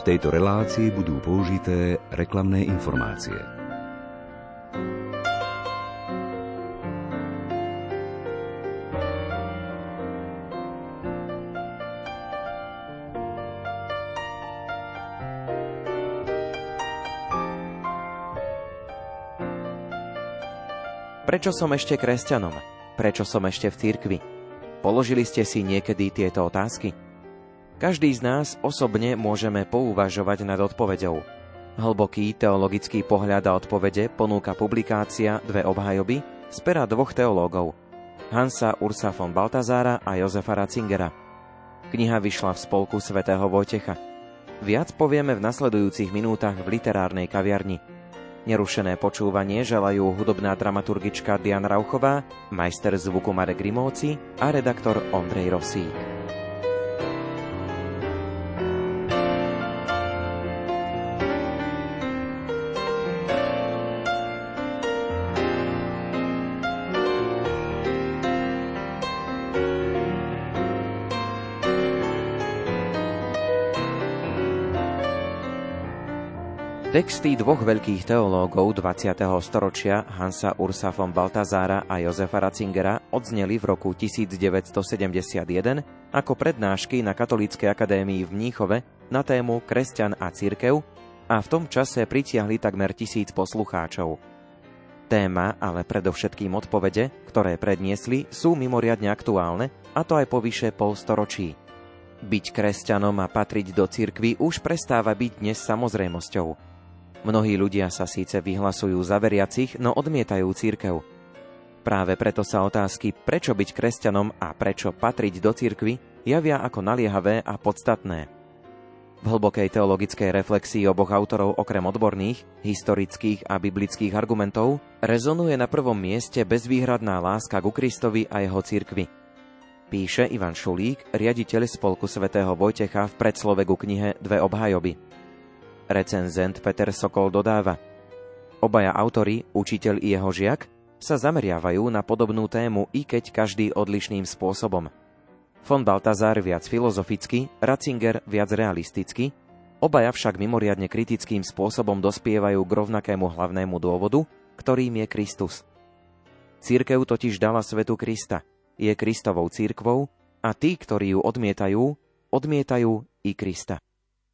V tejto relácii budú použité reklamné informácie. Prečo som ešte kresťanom? Prečo som ešte v cirkvi? Položili ste si niekedy tieto otázky? Každý z nás osobne môžeme pouvažovať nad odpoveďou. Hlboký teologický pohľad a odpovede ponúka publikácia Dve obhajoby z pera dvoch teológov, Hansa Ursa von Baltazara a Josefa Ratzingera. Kniha vyšla v spolku svätého Vojtecha. Viac povieme v nasledujúcich minútach v literárnej kaviarni. Nerušené počúvanie želajú hudobná dramaturgička Diana Rauchová, majster zvuku Marek Grimovci a redaktor Ondrej Rosík. Texty dvoch veľkých teológov 20. storočia Hansa Ursa von Baltazara a Josefa Ratzingera odzneli v roku 1971 ako prednášky na Katolíckej akadémii v Mníchove na tému Kresťan a cirkev a v tom čase pritiahli takmer 1000 poslucháčov. Téma, ale predovšetkým odpovede, ktoré predniesli, sú mimoriadne aktuálne, a to aj po vyše polstoročí. Byť kresťanom a patriť do cirkvi už prestáva byť dnes samozrejmosťou. Mnohí ľudia sa síce vyhlasujú za veriacich, no odmietajú cirkev. Práve preto sa otázky, prečo byť kresťanom a prečo patriť do cirkvi, javia ako naliehavé a podstatné. V hlbokej teologickej reflexii oboch autorov okrem odborných, historických a biblických argumentov rezonuje na prvom mieste bezvýhradná láska ku Kristovi a jeho cirkvi. Píše Ivan Šulík, riaditeľ spolku svätého Vojtecha v predslove ku knihe Dve obhajoby. Recenzent Peter Sokol dodáva: obaja autori, učiteľ i jeho žiak, sa zameriavajú na podobnú tému, i keď každý odlišným spôsobom. Von Baltazar viac filozoficky, Ratzinger viac realisticky, obaja však mimoriadne kritickým spôsobom dospievajú k rovnakému hlavnému dôvodu, ktorým je Kristus. Cirkev totiž dala svetu Krista, je Kristovou cirkvou a tí, ktorí ju odmietajú i Krista.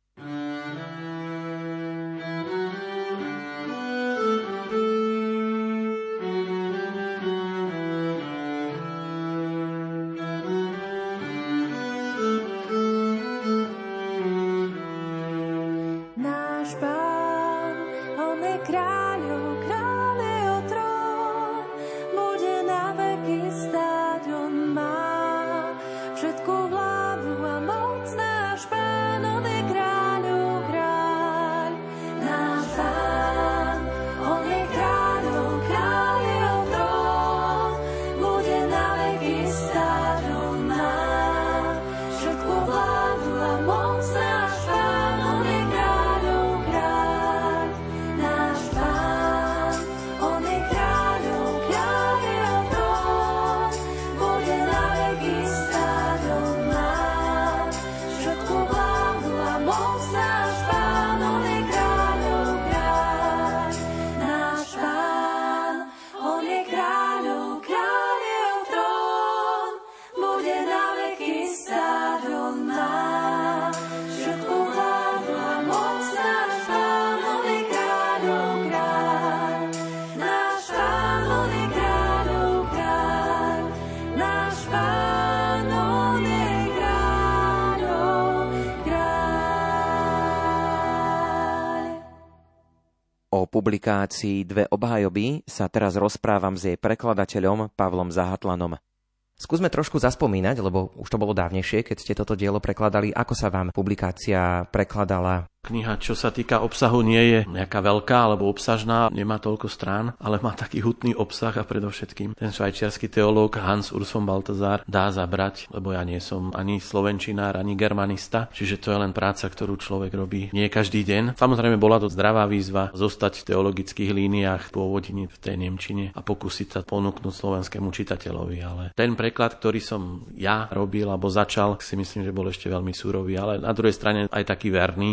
O publikácii Dve obhajoby sa teraz rozprávam s jej prekladateľom Pavlom Zahatlanom. Skúsme trošku zaspomínať, lebo už to bolo dávnejšie, keď ste toto dielo prekladali. Ako sa vám publikácia prekladala? Kniha, čo sa týka obsahu, nie je nejaká veľká alebo obsažná, nemá toľko strán, ale má taký hutný obsah a predovšetkým ten švajčiarsky teológ Hans Urs von Baltazar dá zabrať, lebo ja nie som ani slovenčinár, ani germanista, čiže to je len práca, ktorú človek robí nie každý deň. Samozrejme bola to zdravá výzva zostať v teologických líniách pôvodiny v tej nemčine a pokúsiť sa ponúknuť slovenskému čitateľovi, ale ten preklad, ktorý som ja robil alebo začal, si myslím, že bol ešte veľmi surový, ale na druhej strane aj taký verný pôvodnej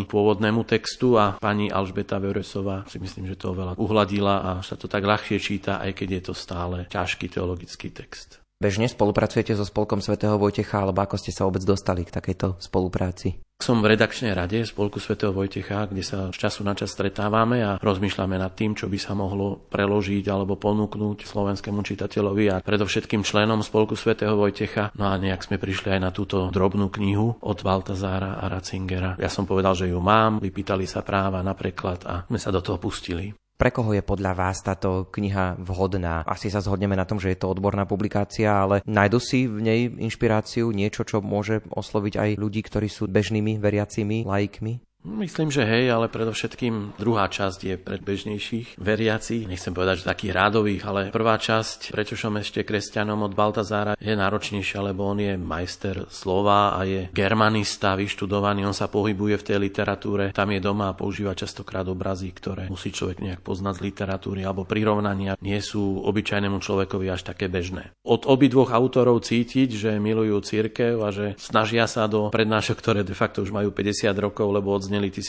samotnému textu a pani Alžbeta Veresová si myslím, že to veľa uhladila a sa to tak ľahšie číta, aj keď je to stále ťažký teologický text. Bežne spolupracujete so Spolkom svätého Vojtecha, alebo ako ste sa vôbec dostali k takejto spolupráci? Som v redakčnej rade Spolku svätého Vojtecha, kde sa z času na čas stretávame a rozmýšľame nad tým, čo by sa mohlo preložiť alebo ponúknuť slovenskému čitateľovi a predovšetkým členom Spolku svätého Vojtecha. No a nejak sme prišli aj na túto drobnú knihu od Baltazára a Ratzingera. Ja som povedal, že ju mám, vypýtali sa práva na preklad a sme sa do toho pustili. Pre koho je podľa vás táto kniha vhodná? Asi sa zhodneme na tom, že je to odborná publikácia, ale nájdu si v nej inšpiráciu, niečo, čo môže osloviť aj ľudí, ktorí sú bežnými veriacimi laikmi? Myslím, že hej, ale predovšetkým druhá časť je pre bežnejších veriacich. Nechcem povedať, že takých rádových, ale prvá časť, prečo som ešte kresťanom od Baltazára, je náročnejšia, lebo on je majster slova a je germanista, vyštudovaný, on sa pohybuje v tej literatúre, tam je doma a používa častokrát obrazy, ktoré musí človek nejak poznať z literatúry alebo prirovnania, nie sú obyčajnému človekovi až také bežné. Od obidvoch autorov cítiť, že milujú cirkev a že snažia sa do prednášok, ktoré de facto už majú 50 rokov, lebo odzneli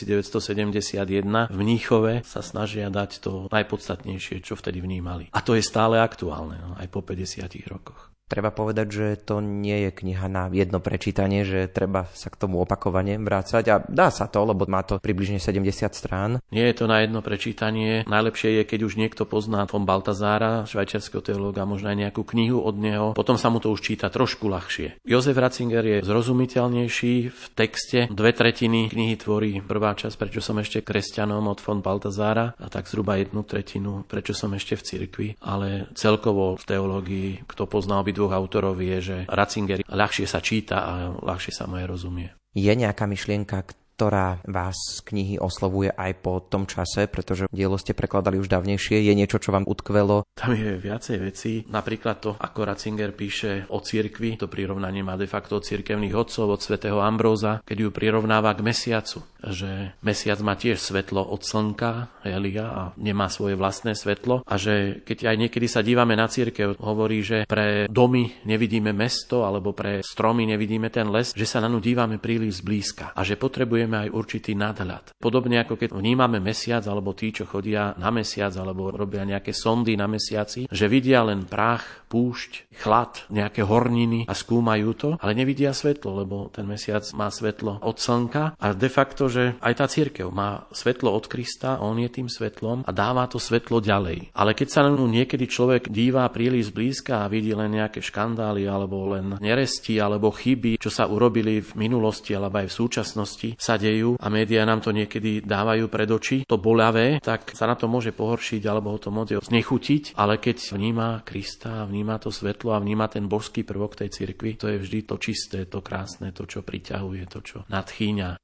1971 v Mníchove, sa snažia dať to najpodstatnejšie, čo vtedy vnímali. A to je stále aktuálne, aj po 50 rokoch. Treba povedať, že to nie je kniha na jedno prečítanie, že treba sa k tomu opakovane vrácať a dá sa to, lebo má to približne 70 strán. Nie je to na jedno prečítanie. Najlepšie je, keď už niekto pozná von Baltazára, švajčiarskeho teológa, možno aj nejakú knihu od neho, potom sa mu to už číta trošku ľahšie. Jozef Ratzinger je zrozumiteľnejší v texte. 2/3 knihy tvorí prvá časť, prečo som ešte kresťanom od von Baltazára a tak zhruba 1/3, prečo som ešte v cirkvi, ale celkovo v teológii, kto pozná dvoch autorov, vie, že Ratzinger ľahšie sa číta a ľahšie sa mu aj rozumie. Je nejaká myšlienka, ktorá vás z knihy oslovuje aj po tom čase, pretože dielo ste prekladali už dávnejšie? Je niečo, čo vám utkvelo? Tam je viacej vecí. Napríklad to, ako Ratzinger píše o cirkvi, to prirovnanie má de facto od cirkevných otcov, od svätého Ambróza, keď ju prirovnáva k mesiacu. Že mesiac má tiež svetlo od slnka, Elia, a nemá svoje vlastné svetlo. A že keď aj niekedy sa dívame na cirkev, hovorí, že pre domy nevidíme mesto, alebo pre stromy nevidíme ten les, že sa na ňu dívame príliš zblízka. A že potrebujeme aj určitý nadhľad. Podobne ako keď vnímame mesiac, alebo tí, čo chodia na mesiac, alebo robia nejaké sondy na mesiaci, že vidia len prach, púšť, chlad, nejaké horniny a skúmajú to, ale nevidia svetlo, lebo ten mesiac má svetlo od slnka a de facto, že aj tá cirkev má svetlo od Krista, on je tým svetlom a dáva to svetlo ďalej. Ale keď sa na ňu niekedy človek díva príliš zblízka a vidí len nejaké škandály, alebo len neresti, alebo chyby, čo sa urobili v minulosti, alebo aj v súčasnosti, sa dejú a médiá nám to niekedy dávajú pred oči, to boľavé, tak sa na to môže pohoršiť alebo ho to môže znechutiť, ale keď vníma Krista, vníma to svetlo a vníma ten božský prvok tej cirkvi, to je vždy to čisté, to krásne, to, čo priťahuje, to, čo nadchýňa.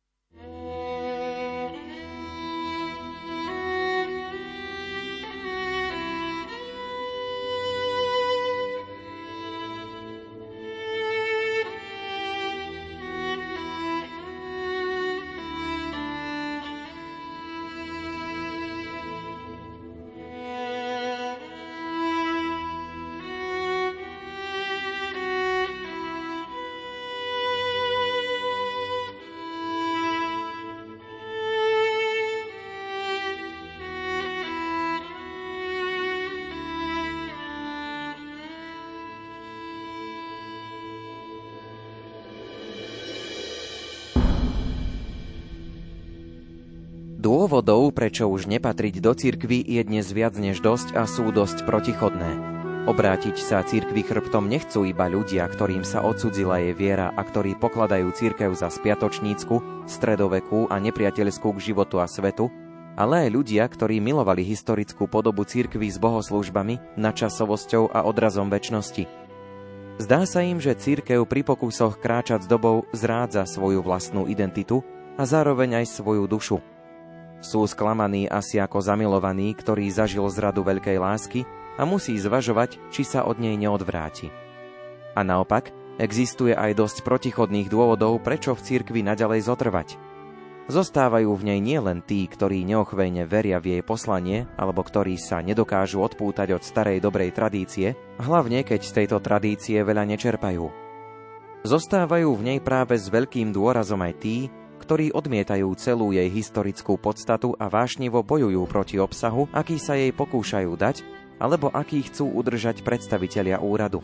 Dôvodov, prečo už nepatriť do cirkvi, je dnes viac než dosť a sú dosť protichodné. Obrátiť sa cirkvi chrbtom nechcú iba ľudia, ktorým sa odcudzila jej viera a ktorí pokladajú cirkev za spiatočnícku, stredovekú a nepriateľskú k životu a svetu, ale aj ľudia, ktorí milovali historickú podobu cirkvi s bohoslúžbami, nadčasovosťou a odrazom večnosti. Zdá sa im, že cirkev pri pokusoch kráčať s dobou zrádza svoju vlastnú identitu a zároveň aj svoju dušu. Sú sklamaní asi ako zamilovaní, ktorý zažil zradu veľkej lásky a musí zvažovať, či sa od nej neodvráti. A naopak, existuje aj dosť protichodných dôvodov, prečo v cirkvi naďalej zotrvať. Zostávajú v nej nielen tí, ktorí neochvejne veria v jej poslanie, alebo ktorí sa nedokážu odpútať od starej dobrej tradície, hlavne keď z tejto tradície veľa nečerpajú. Zostávajú v nej práve s veľkým dôrazom aj tí, ktorí odmietajú celú jej historickú podstatu a vášnivo bojujú proti obsahu, aký sa jej pokúšajú dať, alebo aký chcú udržať predstavitelia úradu.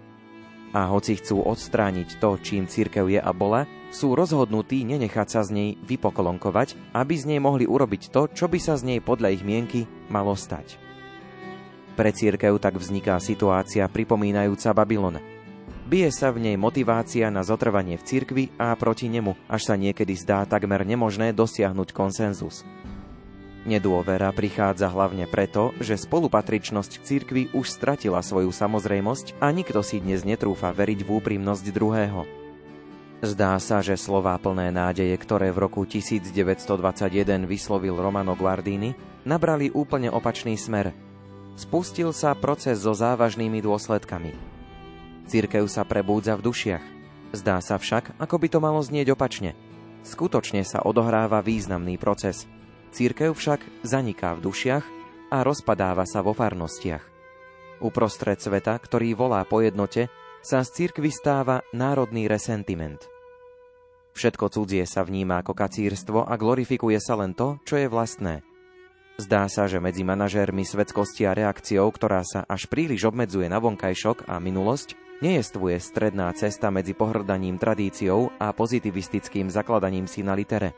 A hoci chcú odstrániť to, čím cirkev je a bola, sú rozhodnutí nenechať sa z nej vypoklonkovať, aby z nej mohli urobiť to, čo by sa z nej podľa ich mienky malo stať. Pre cirkev tak vzniká situácia pripomínajúca Babylon. Bije sa v nej motivácia na zotrvanie v cirkvi a proti nemu, až sa niekedy zdá takmer nemožné dosiahnuť konsenzus. Nedôvera prichádza hlavne preto, že spolupatričnosť k cirkvi už stratila svoju samozrejmosť a nikto si dnes netrúfa veriť v úprimnosť druhého. Zdá sa, že slová plné nádeje, ktoré v roku 1921 vyslovil Romano Guardini, nabrali úplne opačný smer. Spustil sa proces so závažnými dôsledkami. Cirkev sa prebúdza v dušiach. Zdá sa však, ako by to malo znieť opačne. Skutočne sa odohráva významný proces. Cirkev však zaniká v dušiach a rozpadáva sa vo farnostiach. Uprostred sveta, ktorý volá po jednote, sa z cirkvi stáva národný resentiment. Všetko cudzie sa vníma ako kacírstvo a glorifikuje sa len to, čo je vlastné. Zdá sa, že medzi manažérmi svetskosti a reakciou, ktorá sa až príliš obmedzuje na vonkajšok a minulosť, nejestvuje stredná cesta medzi pohrdaním tradíciou a pozitivistickým zakladaním si na litere.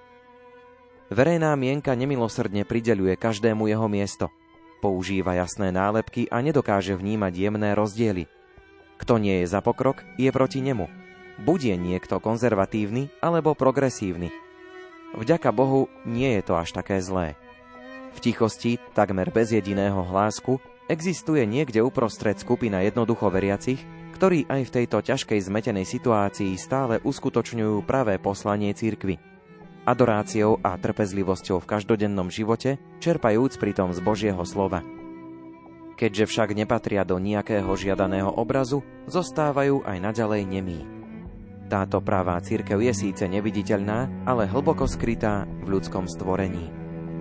Verejná mienka nemilosrdne prideľuje každému jeho miesto. Používa jasné nálepky a nedokáže vnímať jemné rozdiely. Kto nie je za pokrok, je proti nemu. Buď je niekto konzervatívny alebo progresívny. Vďaka Bohu nie je to až také zlé. V tichosti, takmer bez jediného hlásku, existuje niekde uprostred skupina jednoducho veriacich, ktorí aj v tejto ťažkej zmetenej situácii stále uskutočňujú pravé poslanie cirkvi. Adoráciou a trpezlivosťou v každodennom živote, čerpajúc pritom z Božieho slova. Keďže však nepatria do nejakého žiadaného obrazu, zostávajú aj naďalej nemí. Táto pravá cirkev je síce neviditeľná, ale hlboko skrytá v ľudskom stvorení.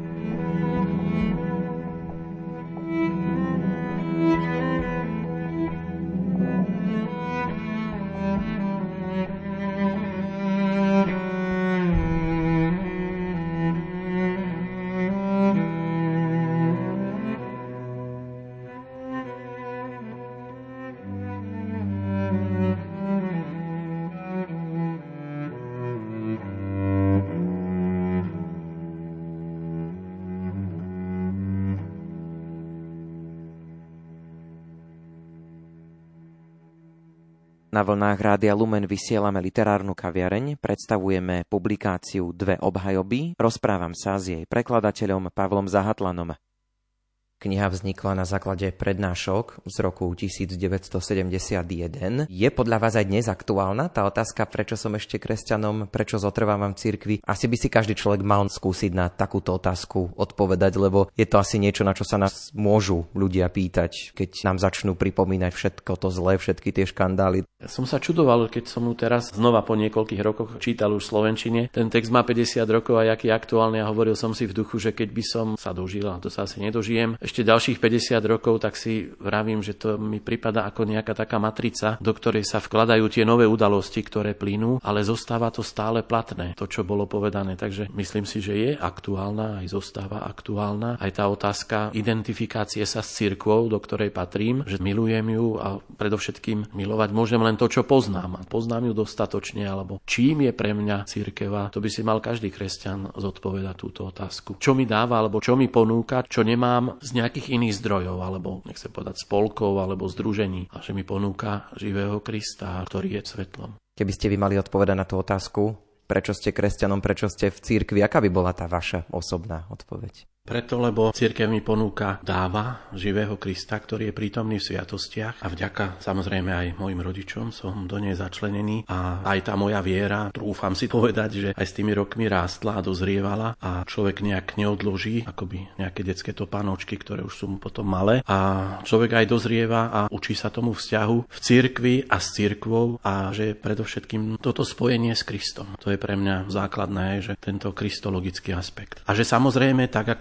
Na vlnách Rádia Lumen vysielame literárnu kaviareň, predstavujeme publikáciu Dve obhajoby, rozprávam sa s jej prekladateľom Pavlom Zahatlanom. Kniha vznikla na základe prednášok z roku 1971. Je podľa vás aj dnes aktuálna tá otázka, prečo som ešte kresťanom, prečo zotrvávam v cirkvi? Asi by si každý človek mal skúsiť na takúto otázku odpovedať, lebo je to asi niečo, na čo sa nás môžu ľudia pýtať, keď nám začnú pripomínať všetko to zlé, všetky tie škandály. Ja som sa čudoval, keď som mu teraz znova po niekoľkých rokoch čítal už v slovenčine. Ten text má 50 rokov a aký je aktuálny a hovoril som si v duchu, že keď by som sa dožil, a to sa asi nedožijem, ešte ďalších 50 rokov, tak si vravím, že to mi pripadá ako nejaká taká matrica, do ktorej sa vkladajú tie nové udalosti, ktoré plynú, ale zostáva to stále platné, to, čo bolo povedané. Takže myslím si, že je aktuálna, aj zostáva aktuálna. Aj tá otázka identifikácie sa s cirkvou, do ktorej patrím, že milujem ju a predovšetkým milovať môžem len to, čo poznám. A poznám ju dostatočne, alebo čím je pre mňa cirkeva, to by si mal každý kresťan zodpovedať túto otázku. Čo mi dáva, alebo čo mi ponúka, čo nemám z nejakých iných zdrojov, alebo nech sa povedať spolkov, alebo združení, a že mi ponúka živého Krista, ktorý je svetlom. Keby ste vy mali odpovedať na tú otázku, prečo ste kresťanom, prečo ste v cirkvi, aká by bola tá vaša osobná odpoveď? Preto, lebo cirkev mi ponúka, dáva živého Krista, ktorý je prítomný v sviatostiach, a vďaka samozrejme aj mojim rodičom som do nej začlenený a aj tá moja viera, trúfam si povedať, že aj s tými rokmi rástla a dozrievala a človek nejak neodloží, akoby nejaké detské topánočky, ktoré už sú mu potom malé, a človek aj dozrieva a učí sa tomu vzťahu v cirkvi a s cirkvou, a že predovšetkým toto spojenie s Kristom. To je pre mňa základné, že tento kristologický aspekt. A že samozrejme, tak ako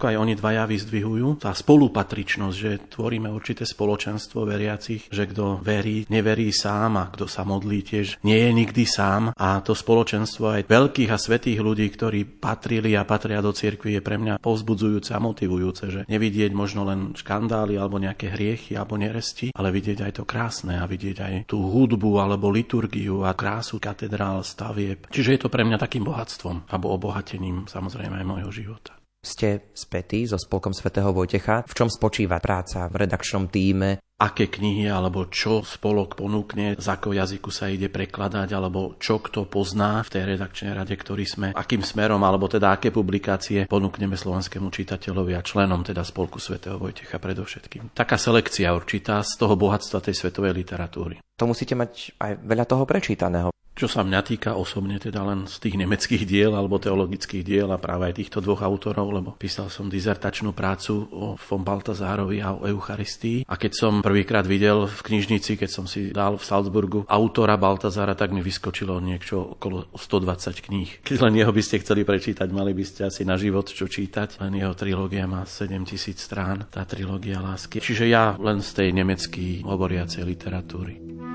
aj oni dvaja vyzdvihujú. Tá spolupatričnosť, že tvoríme určité spoločenstvo veriacich, že kto verí, neverí sám a kto sa modlí tiež nie je nikdy sám. A to spoločenstvo aj veľkých a svätých ľudí, ktorí patrili a patria do cirkvi, je pre mňa povzbudzujúce a motivujúce, že nevidieť možno len škandály alebo nejaké hriechy alebo neresti, ale vidieť aj to krásne a vidieť aj tú hudbu alebo liturgiu a krásu katedrál, stavieb. Čiže je to pre mňa takým bohatstvom alebo obohatením samozrejme aj môjho života. Ste spätí so Spolkom svätého Vojtecha. V čom spočíva práca v redakčnom tíme? Aké knihy alebo čo spolok ponúkne, z akého jazyku sa ide prekladať, alebo čo kto pozná v tej redakčnej rade, ktorý sme, akým smerom, alebo teda aké publikácie ponúkneme slovenskému čitateľovi a členom teda Spolku svätého Vojtecha predovšetkým. Taká selekcia určitá z toho bohatstva tej svetovej literatúry. To musíte mať aj veľa toho prečítaného. Čo sa mňa týka osobne, teda len z tých nemeckých diel alebo teologických diel a práve aj týchto dvoch autorov, lebo písal som dizertačnú prácu o von Baltazárovi a o Eucharistii. A keď som prvýkrát videl v knižnici, keď som si dal v Salzburgu autora Baltazára, tak mi vyskočilo niečo okolo 120 kníh. Keď len jeho by ste chceli prečítať, mali by ste asi na život čo čítať. Len jeho trilógia má 7000 strán, tá trilógia lásky. Čiže ja len z tej nemeckej hovoriacej literatúry.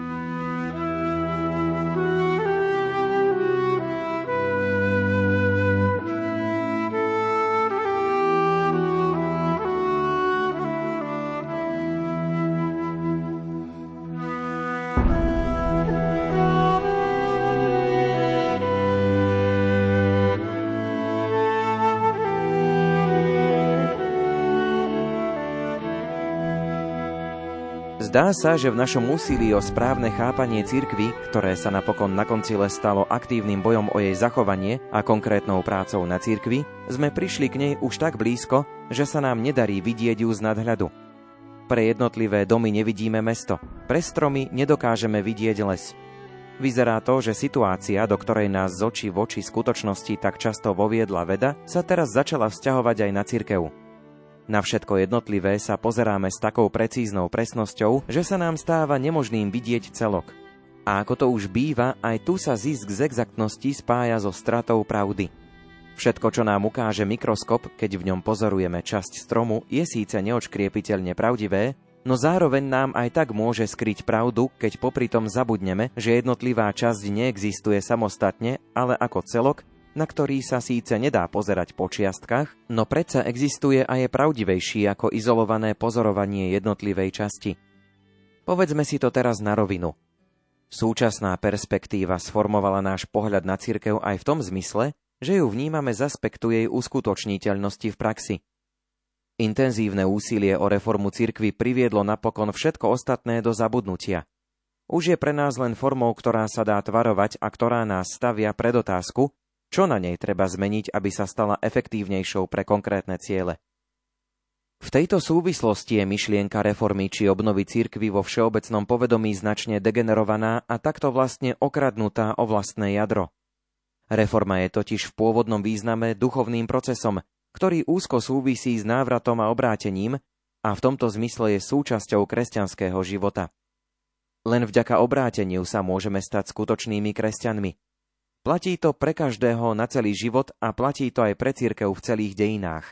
Zdá sa, že v našom úsilí o správne chápanie cirkvi, ktoré sa napokon na koncile stalo aktívnym bojom o jej zachovanie a konkrétnou prácou na cirkvi, sme prišli k nej už tak blízko, že sa nám nedarí vidieť ju z nadhľadu. Pre jednotlivé domy nevidíme mesto, pre stromy nedokážeme vidieť les. Vyzerá to, že situácia, do ktorej nás z očí v oči skutočnosti tak často voviedla veda, sa teraz začala vzťahovať aj na cirkev. Na všetko jednotlivé sa pozeráme s takou precíznou presnosťou, že sa nám stáva nemožným vidieť celok. A ako to už býva, aj tu sa zisk z exaktnosti spája so stratou pravdy. Všetko, čo nám ukáže mikroskop, keď v ňom pozorujeme časť stromu, je síce neodškriepiteľne pravdivé, no zároveň nám aj tak môže skryť pravdu, keď popritom zabudneme, že jednotlivá časť neexistuje samostatne, ale ako celok, na ktorý sa síce nedá pozerať po čiastkách, no predsa existuje a je pravdivejší ako izolované pozorovanie jednotlivej časti. Povedzme si to teraz na rovinu. Súčasná perspektíva sformovala náš pohľad na cirkev aj v tom zmysle, že ju vnímame z aspektu jej uskutočniteľnosti v praxi. Intenzívne úsilie o reformu cirkvi priviedlo napokon všetko ostatné do zabudnutia. Už je pre nás len formou, ktorá sa dá tvarovať a ktorá nás stavia pred otázku, čo na nej treba zmeniť, aby sa stala efektívnejšou pre konkrétne ciele. V tejto súvislosti je myšlienka reformy či obnovy cirkvi vo všeobecnom povedomí značne degenerovaná a takto vlastne okradnutá o vlastné jadro. Reforma je totiž v pôvodnom význame duchovným procesom, ktorý úzko súvisí s návratom a obrátením a v tomto zmysle je súčasťou kresťanského života. Len vďaka obráteniu sa môžeme stať skutočnými kresťanmi. Platí to pre každého na celý život a platí to aj pre cirkev v celých dejinách.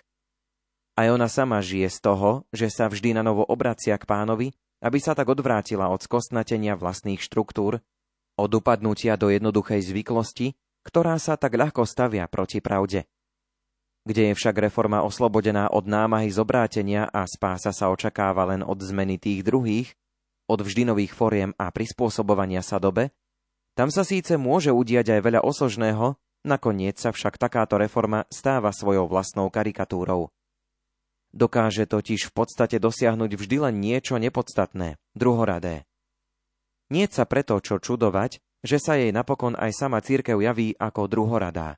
Aj ona sama žije z toho, že sa vždy na novo obracia k Pánovi, aby sa tak odvrátila od skostnatenia vlastných štruktúr, od upadnutia do jednoduchej zvyklosti, ktorá sa tak ľahko stavia proti pravde. Kde je však reforma oslobodená od námahy zobrátenia a spása sa očakáva len od zmeny tých druhých, od vždy nových foriem a prispôsobovania sa dobe, tam sa síce môže udiať aj veľa osožného, nakoniec sa však takáto reforma stáva svojou vlastnou karikatúrou. Dokáže totiž v podstate dosiahnuť vždy len niečo nepodstatné, druhoradé. Niet sa preto čo čudovať, že sa jej napokon aj sama cirkev javí ako druhoradá.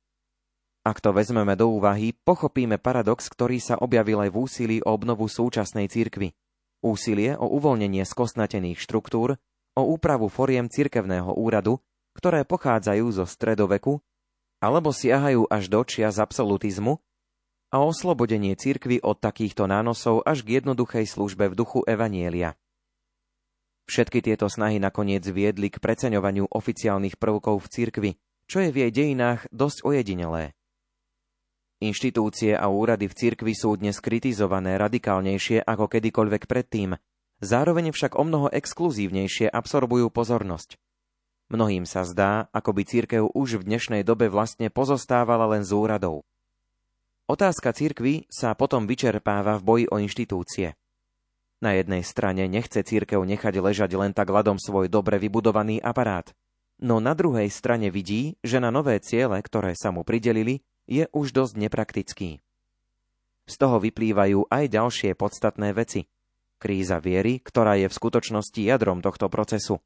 Ak to vezmeme do úvahy, pochopíme paradox, ktorý sa objavil aj v úsilí o obnovu súčasnej cirkvi. Úsilie o uvoľnenie skostnatených štruktúr, o úpravu foriem cirkevného úradu, ktoré pochádzajú zo stredoveku, alebo siahajú až do čias absolutizmu, a oslobodenie cirkvi od takýchto nánosov až k jednoduchej službe v duchu evanjelia. Všetky tieto snahy nakoniec viedli k preceňovaniu oficiálnych prvkov v cirkvi, čo je v jej dejinách dosť ojedinelé. Inštitúcie a úrady v cirkvi sú dnes kritizované radikálnejšie ako kedykoľvek predtým, zároveň však omnoho exkluzívnejšie absorbujú pozornosť. Mnohým sa zdá, ako by cirkev už v dnešnej dobe vlastne pozostávala len z úradov. Otázka cirkvi sa potom vyčerpáva v boji o inštitúcie. Na jednej strane nechce cirkev nechať ležať len tak ľadom svoj dobre vybudovaný aparát, no na druhej strane vidí, že na nové ciele, ktoré sa mu pridelili, je už dosť nepraktický. Z toho vyplývajú aj ďalšie podstatné veci. Kríza viery, ktorá je v skutočnosti jadrom tohto procesu.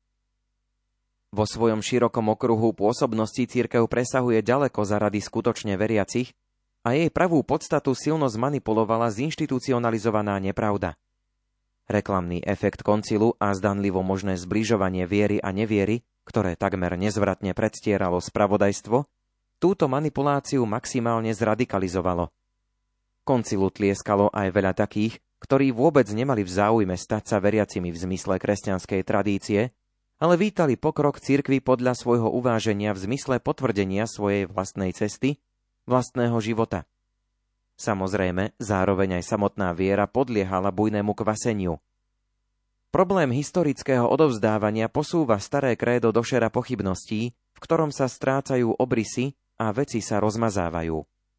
Vo svojom širokom okruhu pôsobnosti cirkev presahuje ďaleko za rady skutočne veriacich a jej pravú podstatu silno zmanipulovala zinštitucionalizovaná nepravda. Reklamný efekt koncilu a zdanlivo možné zbližovanie viery a neviery, ktoré takmer nezvratne predstieralo spravodajstvo, túto manipuláciu maximálne zradikalizovalo. Koncilu tlieskalo aj veľa takých, ktorí vôbec nemali v záujme stať sa veriacimi v zmysle kresťanskej tradície, ale vítali pokrok cirkvi podľa svojho uváženia v zmysle potvrdenia svojej vlastnej cesty, vlastného života. Samozrejme, zároveň aj samotná viera podliehala bujnému kvaseniu. Problém historického odovzdávania posúva staré krédo do šera pochybností, v ktorom sa strácajú obrysy a veci sa rozmazávajú.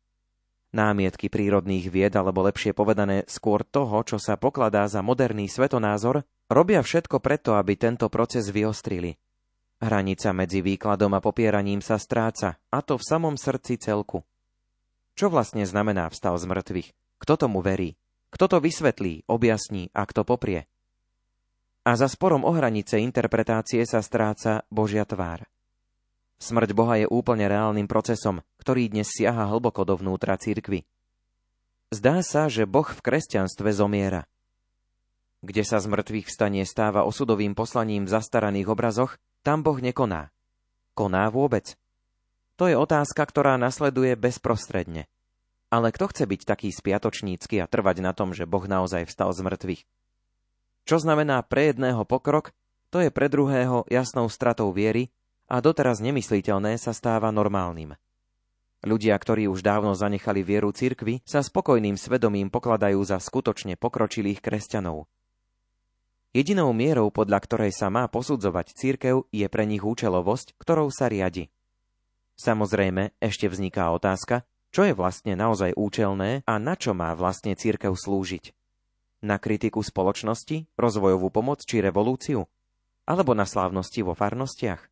Námietky prírodných vied, alebo lepšie povedané skôr toho, čo sa pokladá za moderný svetonázor, robia všetko preto, aby tento proces vyostrili. Hranica medzi výkladom a popieraním sa stráca, a to v samom srdci celku. Čo vlastne znamená vstal z mŕtvych? Kto tomu verí? Kto to vysvetlí, objasní a kto poprie? A za sporom o hranice interpretácie sa stráca Božia tvár. Smrť Boha je úplne reálnym procesom, ktorý dnes siaha hlboko dovnútra cirkvi. Zdá sa, že Boh v kresťanstve zomiera. Kde sa z mŕtvych vstanie stáva osudovým poslaním v zastaraných obrazoch, tam Boh nekoná. Koná vôbec? To je otázka, ktorá nasleduje bezprostredne. Ale kto chce byť taký spiatočnícky a trvať na tom, že Boh naozaj vstal z mŕtvych? Čo znamená pre jedného pokrok, to je pre druhého jasnou stratou viery, a doteraz nemysliteľné sa stáva normálnym. Ľudia, ktorí už dávno zanechali vieru cirkvi, sa spokojným svedomím pokladajú za skutočne pokročilých kresťanov. Jedinou mierou, podľa ktorej sa má posudzovať cirkev, je pre nich účelovosť, ktorou sa riadi. Samozrejme, ešte vzniká otázka, čo je vlastne naozaj účelné a na čo má vlastne cirkev slúžiť. Na kritiku spoločnosti, rozvojovú pomoc či revolúciu? Alebo na slávnosti vo farnostiach?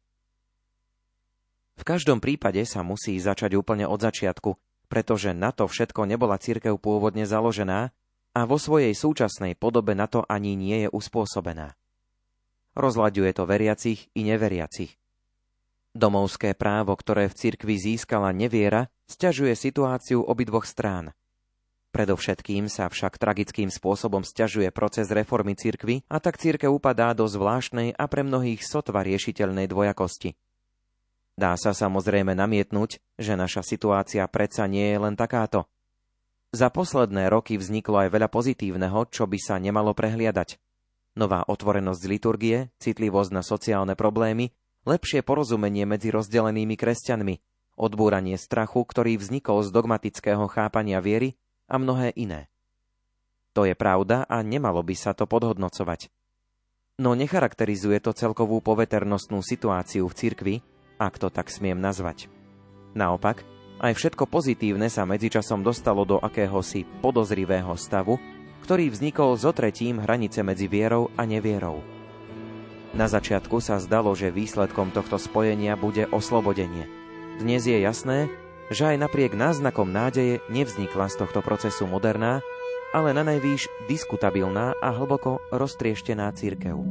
V každom prípade sa musí začať úplne od začiatku, pretože na to všetko nebola cirkev pôvodne založená a vo svojej súčasnej podobe na to ani nie je uspôsobená. Rozlaďuje to veriacich i neveriacich. Domovské právo, ktoré v cirkvi získala neviera, sťažuje situáciu obidvoch strán. Predovšetkým sa však tragickým spôsobom sťažuje proces reformy cirkvi a tak cirkev upadá do zvláštnej a pre mnohých sotva riešiteľnej dvojakosti. Dá sa samozrejme namietnúť, že naša situácia predsa nie je len takáto. Za posledné roky vzniklo aj veľa pozitívneho, čo by sa nemalo prehliadať. Nová otvorenosť liturgie, citlivosť na sociálne problémy, lepšie porozumenie medzi rozdelenými kresťanmi, odbúranie strachu, ktorý vznikol z dogmatického chápania viery a mnohé iné. To je pravda a nemalo by sa to podhodnocovať. No necharakterizuje to celkovú poveternostnú situáciu v cirkvi, ak to tak smiem nazvať. Naopak, aj všetko pozitívne sa medzičasom dostalo do akéhosi podozrivého stavu, ktorý vznikol zotretím hranice medzi vierou a nevierou. Na začiatku sa zdalo, že výsledkom tohto spojenia bude oslobodenie. Dnes je jasné, že aj napriek náznakom nádeje nevznikla z tohto procesu moderná, ale nanajvýš diskutabilná a hlboko roztrieštená cirkev.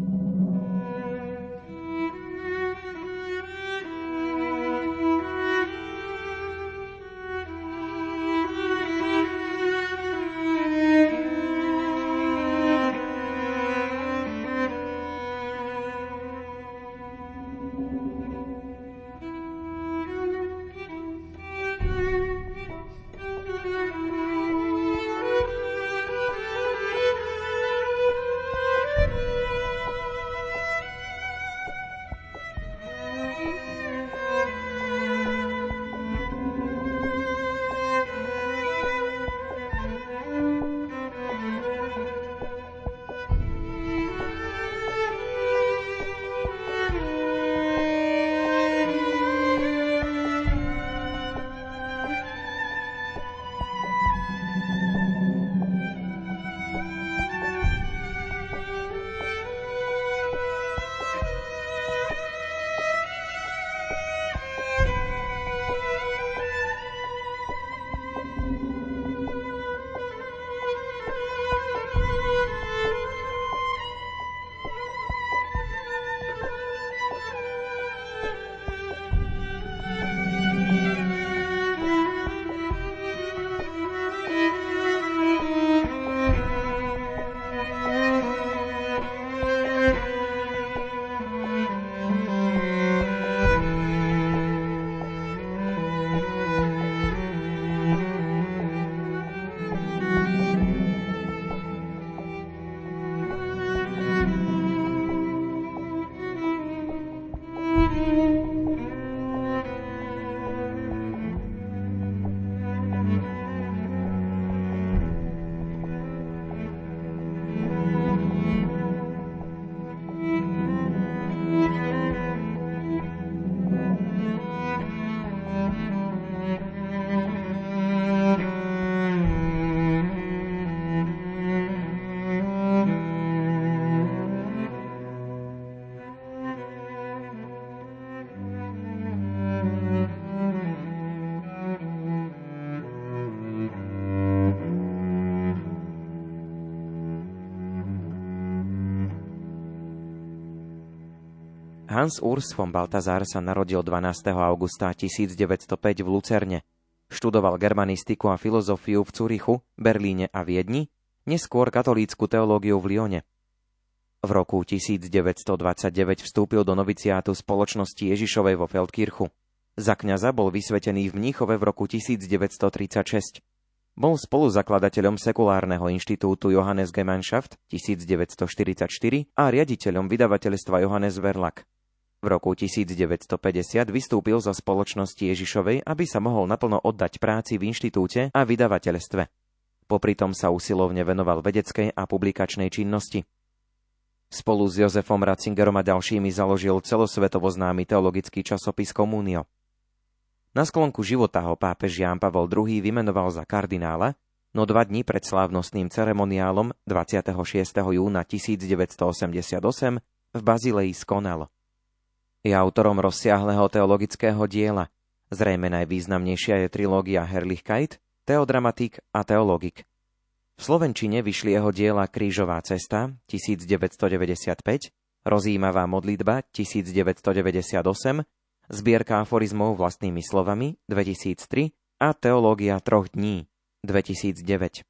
Hans Urs von Balthasar sa narodil 12. augusta 1905 v Lucerne. Študoval germanistiku a filozofiu v Cúrichu, Berlíne a Viedni, neskôr katolícku teológiu v Lyone. V roku 1929 vstúpil do noviciátu spoločnosti Ježišovej vo Feldkirchu. Za kňaza bol vysvetený v Mníchove v roku 1936. Bol spoluzakladateľom sekulárneho inštitútu Johannes Gemeinschaft 1944 a riaditeľom vydavateľstva Johannes Verlag. V roku 1950 vystúpil zo spoločnosti Ježišovej, aby sa mohol naplno oddať práci v inštitúte a vydavateľstve. Popritom sa usilovne venoval vedeckej a publikačnej činnosti. Spolu s Jozefom Ratzingerom a ďalšími založil celosvetovo známy teologický časopis Communio. Na sklonku života ho pápež Ján Pavol II vymenoval za kardinála, no 2 dní pred slávnostným ceremoniálom 26. júna 1988 v Bazilei skonal. Je autorom rozsiahleho teologického diela. Zrejme najvýznamnejšia je trilógia Herrlichkeit, Theodramatik a Theologik. V slovenčine vyšli jeho diela Krížová cesta 1995, Rozjímavá modlitba 1998, Zbierka aforizmov vlastnými slovami 2003 a Teológia 3 dní 2009.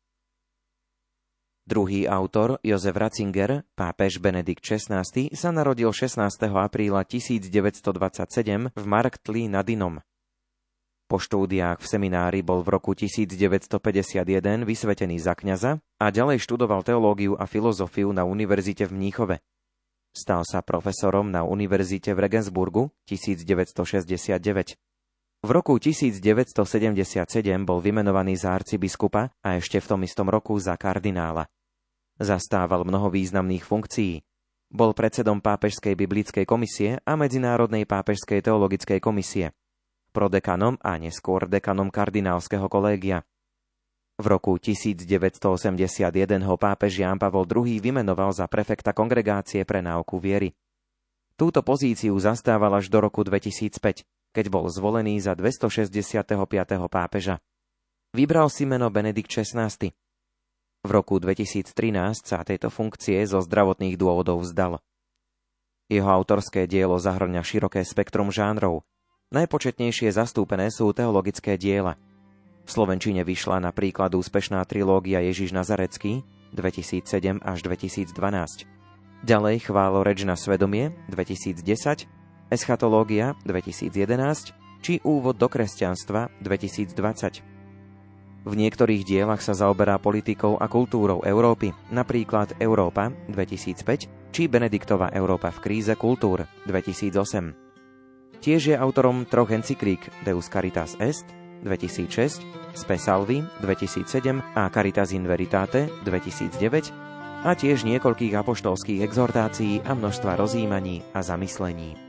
Druhý autor, Jozef Ratzinger, pápež Benedikt XVI, sa narodil 16. apríla 1927 v Marktli nad Inom. Po štúdiách v seminári bol v roku 1951 vysvetený za kňaza a ďalej študoval teológiu a filozofiu na univerzite v Mníchove. Stal sa profesorom na univerzite v Regensburgu 1969. V roku 1977 bol vymenovaný za arcibiskupa a ešte v tom istom roku za kardinála. Zastával mnoho významných funkcií. Bol predsedom Pápežskej biblickej komisie a Medzinárodnej pápežskej teologickej komisie, prodekanom a neskôr dekanom kardinálskeho kolégia. V roku 1981 ho pápež Ján Pavol II vymenoval za prefekta Kongregácie pre náuku viery. Túto pozíciu zastával až do roku 2005, keď bol zvolený za 265. pápeža. Vybral si meno Benedikt XVI. V roku 2013 sa tejto funkcie zo zdravotných dôvodov vzdal. Jeho autorské dielo zahŕňa široké spektrum žánrov. Najpočetnejšie zastúpené sú teologické diela. V slovenčine vyšla napríklad úspešná trilógia Ježiš Nazarecký 2007 až 2012. Ďalej Chváloreč na svedomie 2010, Eschatológia 2011 či Úvod do kresťanstva 2020. V niektorých dielach sa zaoberá politikou a kultúrou Európy, napríklad Európa 2005 či Benediktova Európa v kríze kultúr 2008. Tiež je autorom 3 encyklík Deus Caritas Est 2006, Spe Salvi 2007 a Caritas in Veritate 2009 a tiež niekoľkých apoštolských exhortácií a množstva rozjímaní a zamyslení.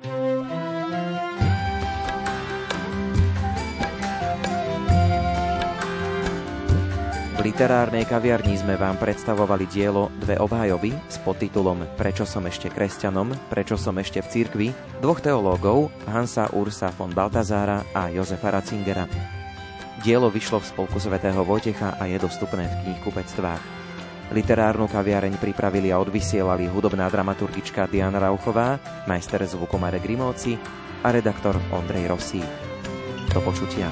V literárnej kaviarni sme vám predstavovali dielo Dve obhajoby s podtitulom Prečo som ešte kresťanom, prečo som ešte v cirkvi dvoch teológov Hansa Ursa von Balthasára a Josefa Ratzingera. Dielo vyšlo v spolku svätého Vojtecha a je dostupné v knihkupectvách. Literárnu kaviareň pripravili a odvysielali hudobná dramaturgička Diana Rauchová, majster zvuku Marek Rimóci a redaktor Ondrej Rosík. Do počutia.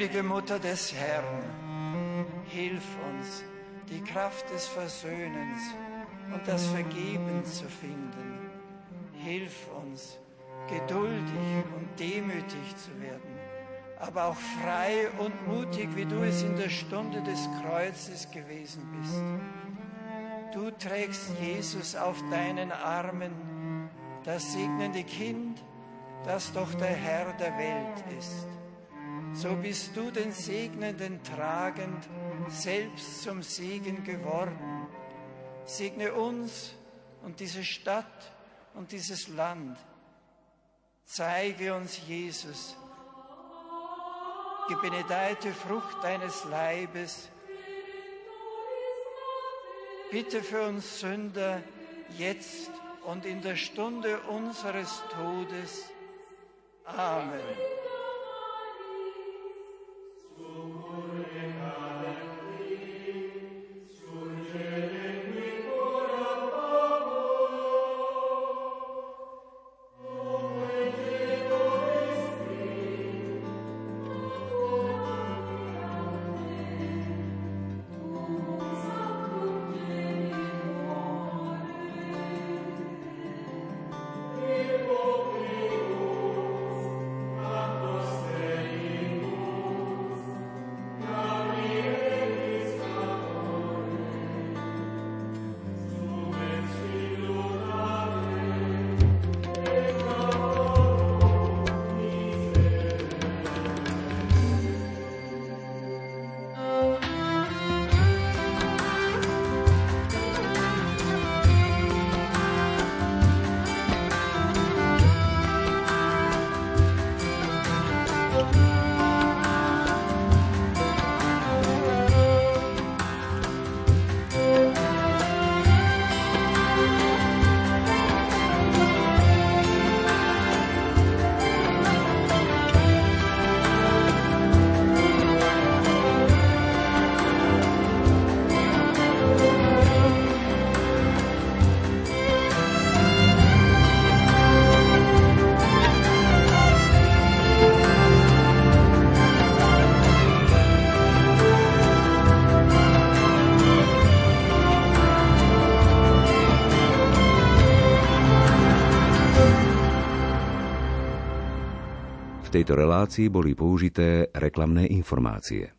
Heilige Mutter des Herrn, hilf uns, die Kraft des Versöhnens und das Vergeben zu finden. Hilf uns, geduldig und demütig zu werden, aber auch frei und mutig, wie du es in der Stunde des Kreuzes gewesen bist. Du trägst Jesus auf deinen Armen, das segnende Kind, das doch der Herr der Welt ist. So bist du den Segnenden tragend, selbst zum Segen geworden. Segne uns und diese Stadt und dieses Land. Zeige uns Jesus, gebenedeite Frucht deines Leibes. Bitte für uns Sünder, jetzt und in der Stunde unseres Todes. Amen. V tejto relácii boli použité reklamné informácie.